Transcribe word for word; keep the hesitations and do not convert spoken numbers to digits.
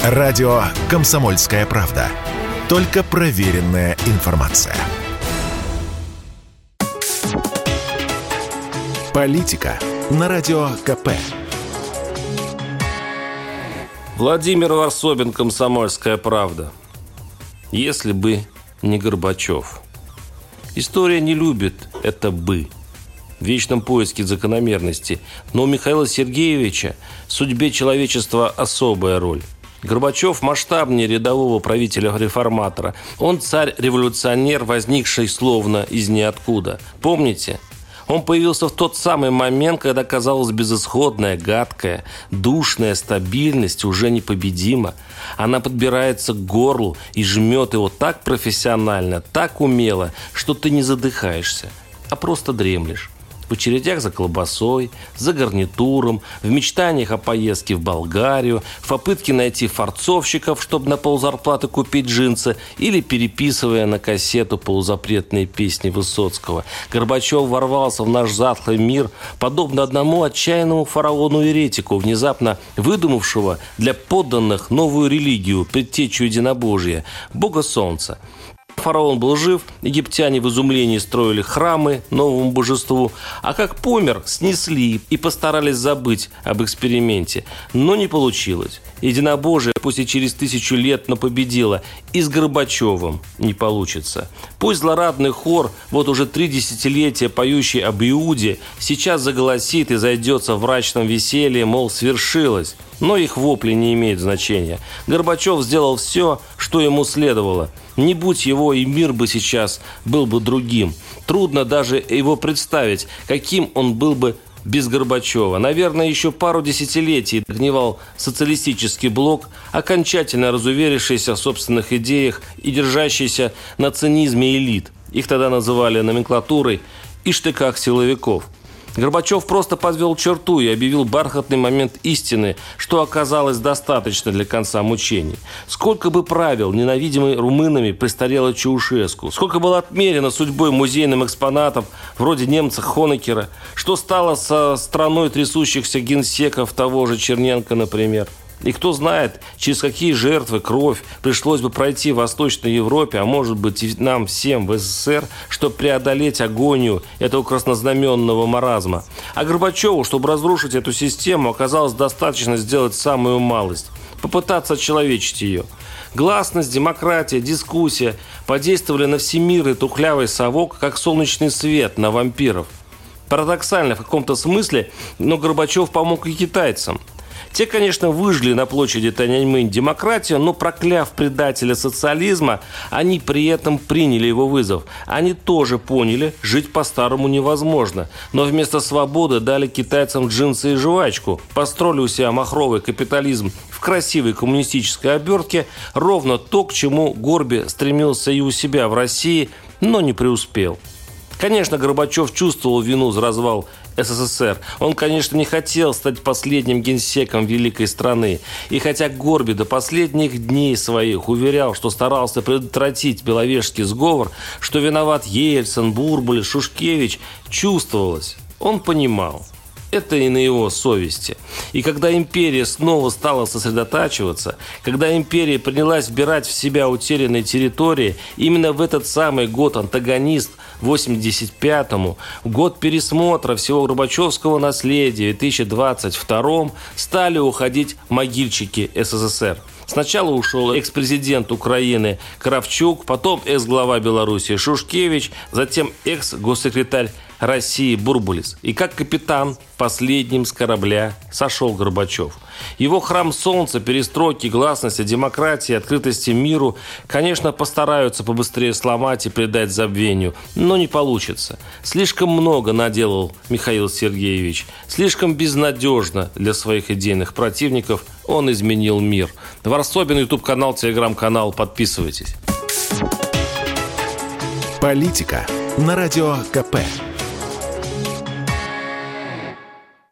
Радио «Комсомольская правда». Только проверенная информация. Политика на Радио КП. Владимир Варсобин, «Комсомольская правда». Если бы не Горбачев. История не любит это «бы». В вечном поиске закономерности. Но у Михаила Сергеевича в судьбе человечества особая роль. Горбачев масштабнее рядового правителя-реформатора. Он царь-революционер, возникший словно из ниоткуда. Помните? Он появился в тот самый момент, когда, казалось, безысходная, гадкая, душная стабильность уже непобедима. Она подбирается к горлу и жмет его так профессионально, так умело, что ты не задыхаешься, а просто дремлешь. В очередях за колбасой, за гарнитуром, в мечтаниях о поездке в Болгарию, в попытке найти форцовщиков, чтобы на ползарплаты купить джинсы, или переписывая на кассету полузапретные песни Высоцкого. Горбачев ворвался в наш затхлый мир, подобно одному отчаянному фараону-еретику, внезапно выдумавшего для подданных новую религию, предтечу единобожия – Бога Солнца. Фараон был жив, египтяне в изумлении строили храмы новому божеству, а как помер, снесли и постарались забыть об эксперименте. Но не получилось. Единобожие, пусть и через тысячу лет, но победило. И с Горбачевым не получится. Пусть злорадный хор, вот уже три десятилетия поющий об Иуде, сейчас заголосит и зайдется в мрачном веселье, мол, свершилось. Но их вопли не имеют значения. Горбачев сделал все, что ему следовало. Не будь его, и мир бы сейчас был бы другим. Трудно даже его представить, каким он был бы без Горбачева. Наверное, еще пару десятилетий гневал социалистический блок, окончательно разуверившийся в собственных идеях и держащийся на цинизме элит. Их тогда называли номенклатурой и штыках силовиков. Горбачев просто подвел черту и объявил бархатный момент истины, что оказалось достаточно для конца мучений. Сколько бы правил, ненавидимый румынами, престарелый Чаушеску, сколько было отмерено судьбой музейным экспонатов, вроде немца Хонекера, что стало со страной трясущихся генсеков того же Черненко, например. И кто знает, через какие жертвы, кровь пришлось бы пройти в Восточной Европе, а может быть и нам всем в СССР, чтобы преодолеть агонию этого краснознаменного маразма. А Горбачеву, чтобы разрушить эту систему, оказалось достаточно сделать самую малость – попытаться отчеловечить ее. Гласность, демократия, дискуссия подействовали на всемирный тухлявый совок, как солнечный свет на вампиров. Парадоксально в каком-то смысле, но Горбачев помог и китайцам. Те, конечно, выжгли на площади Тяньаньмэнь демократию, но, прокляв предателя социализма, они при этом приняли его вызов. Они тоже поняли, жить по-старому невозможно. Но вместо свободы дали китайцам джинсы и жвачку, построили у себя махровый капитализм в красивой коммунистической обертке, ровно то, к чему Горби стремился и у себя в России, но не преуспел. Конечно, Горбачев чувствовал вину за развал СССР. Он, конечно, не хотел стать последним генсеком великой страны. И хотя Горби до последних дней своих уверял, что старался предотвратить Беловежский сговор, что виноват Ельцин, Бурбуль, Шушкевич, чувствовалось, он понимал. Это и на его совести. И когда империя снова стала сосредотачиваться, когда империя принялась вбирать в себя утерянные территории, именно в этот самый год антагонист восемьдесят пятому, год пересмотра всего горбачевского наследия в две тысячи двадцать втором, стали уходить могильщики СССР. Сначала ушел экс-президент Украины Кравчук, потом экс-глава Беларуси Шушкевич, затем экс-госсекретарь России Бурбулис. И как капитан последним с корабля сошел Горбачев. Его храм солнца, перестройки, гласности, демократии, открытости миру, конечно, постараются побыстрее сломать и предать забвению, но не получится. Слишком много наделал Михаил Сергеевич, слишком безнадежно для своих идейных противников он изменил мир. Варсобин, ютуб-канал, телеграм-канал, подписывайтесь. Политика на Радио КП.